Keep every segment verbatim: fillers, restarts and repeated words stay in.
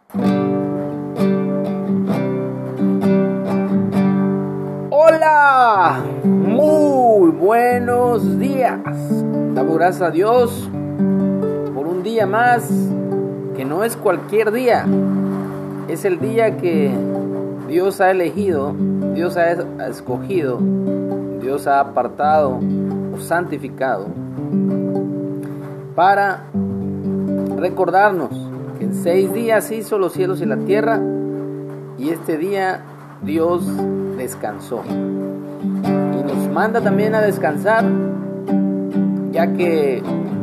Hola, muy buenos días. Damos gracias a Dios por un día más, que no es cualquier día. Es el día que Dios ha elegido, Dios ha escogido, Dios ha apartado o santificado para recordarnos que en seis días hizo los cielos y la tierra, y este día Dios descansó. Y nos manda también a descansar, ya que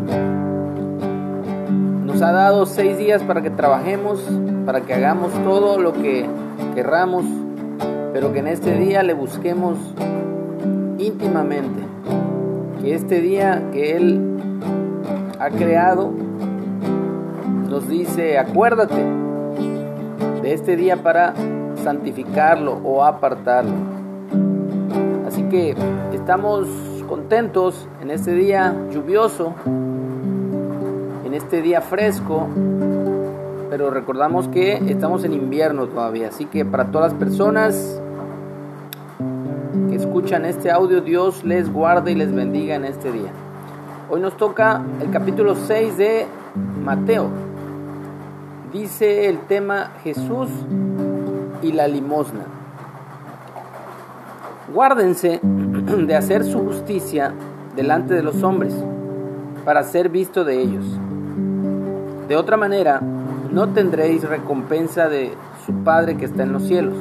nos ha dado seis días para que trabajemos, para que hagamos todo lo que querramos, pero que en este día le busquemos íntimamente, que este día que Él ha creado nos dice: acuérdate de este día para santificarlo o apartarlo. Así que estamos contentos en este día lluvioso, en este día fresco, pero recordamos que estamos en invierno todavía. Así que para todas las personas que escuchan este audio, Dios les guarde y les bendiga en este día. Hoy nos toca el capítulo seis de Mateo. Dice el tema: Jesús y la limosna. Guárdense de hacer su justicia delante de los hombres, para ser visto de ellos. De otra manera, no tendréis recompensa de su Padre que está en los cielos.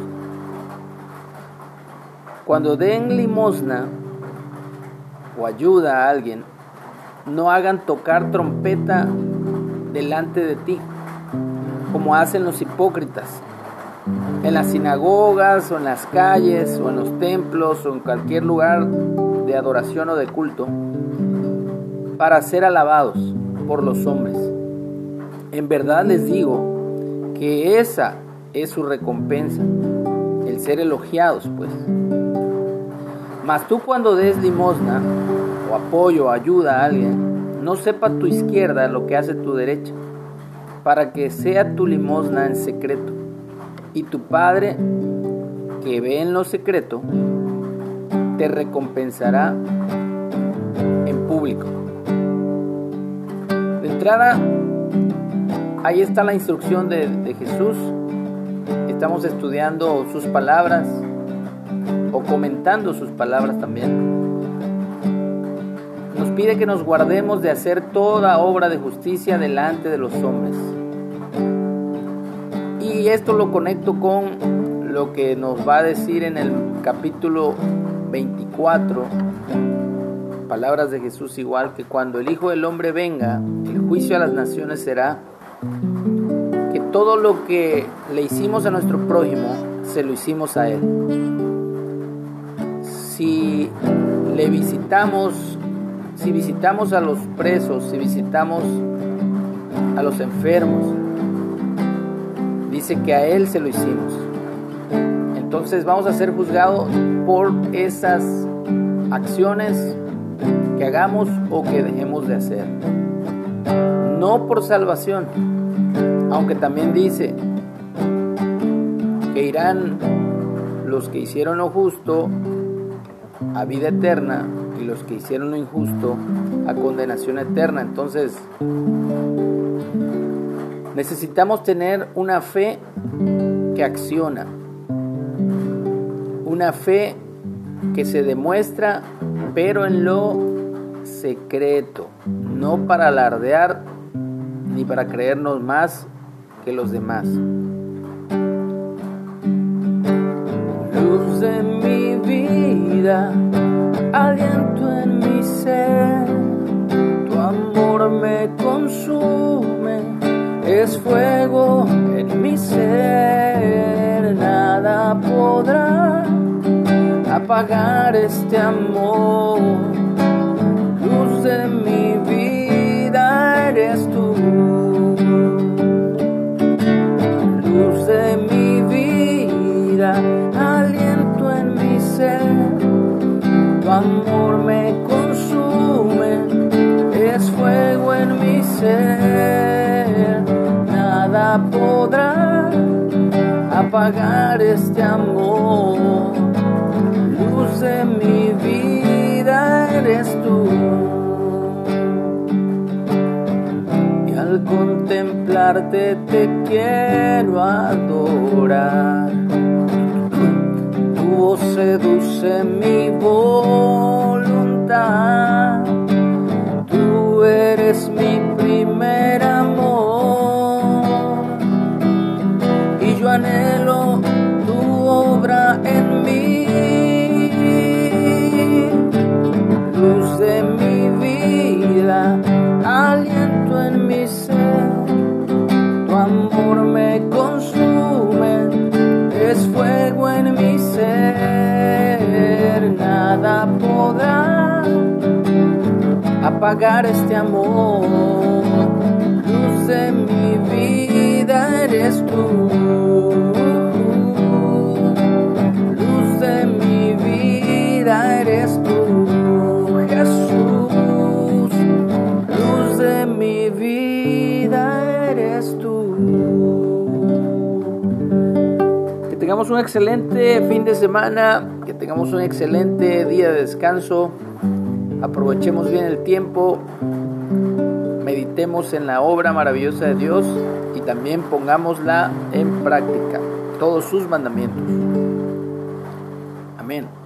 Cuando den limosna o ayuda a alguien, no hagan tocar trompeta delante de ti, como hacen los hipócritas, en las sinagogas o en las calles o en los templos o en cualquier lugar de adoración o de culto, para ser alabados por los hombres. En verdad les digo que esa es su recompensa, el ser elogiados, pues. Mas tú, cuando des limosna o apoyo o ayuda a alguien, no sepa tu izquierda lo que hace tu derecha, para que sea tu limosna en secreto, y tu Padre que ve en lo secreto te recompensará en público. De entrada, ahí está la instrucción de, de Jesús. Estamos estudiando sus palabras o comentando sus palabras también. Nos pide que nos guardemos de hacer toda obra de justicia delante de los hombres. Y esto lo conecto con lo que nos va a decir en el capítulo veinticuatro, palabras de Jesús igual: que cuando el Hijo del Hombre venga, el juicio a las naciones será que todo lo que le hicimos a nuestro prójimo, se lo hicimos a él. Si le visitamos, si visitamos a los presos, si visitamos a los enfermos, dice que a él se lo hicimos. Entonces vamos a ser juzgados por esas acciones que hagamos o que dejemos de hacer, no por salvación, aunque también dice que irán los que hicieron lo justo a vida eterna y los que hicieron lo injusto a condenación eterna. Entonces necesitamos tener una fe que acciona, una fe que se demuestra, pero en lo secreto, no para alardear ni para creernos más que los demás. Luz de mi vida, aliento en mi ser, tu amor me consume, es fuego en mi ser, nada podrá apagar este amor. Luz de mi vida eres tú, luz de mi vida, aliento en mi ser, tu amor me consume, es fuego en mi ser, nada nada podrá apagar este amor. Luz de mi vida eres tú, y al contemplarte te quiero adorar. Tu voz seduce mi voluntad, tú eres mi primer amor, y yo anhelo tu obra en mí. Luz de mi vida, aliento en mi ser, tu amor me consume, es fuego en mi ser. Nada podrá apagar este amor. Luz de mi vida eres tú, luz de mi vida eres tú, Jesús. Luz de mi vida eres tú. Que tengamos un excelente fin de semana, que tengamos un excelente día de descanso. Aprovechemos bien el tiempo, meditemos en la obra maravillosa de Dios y también pongámosla en práctica, todos sus mandamientos. Amén.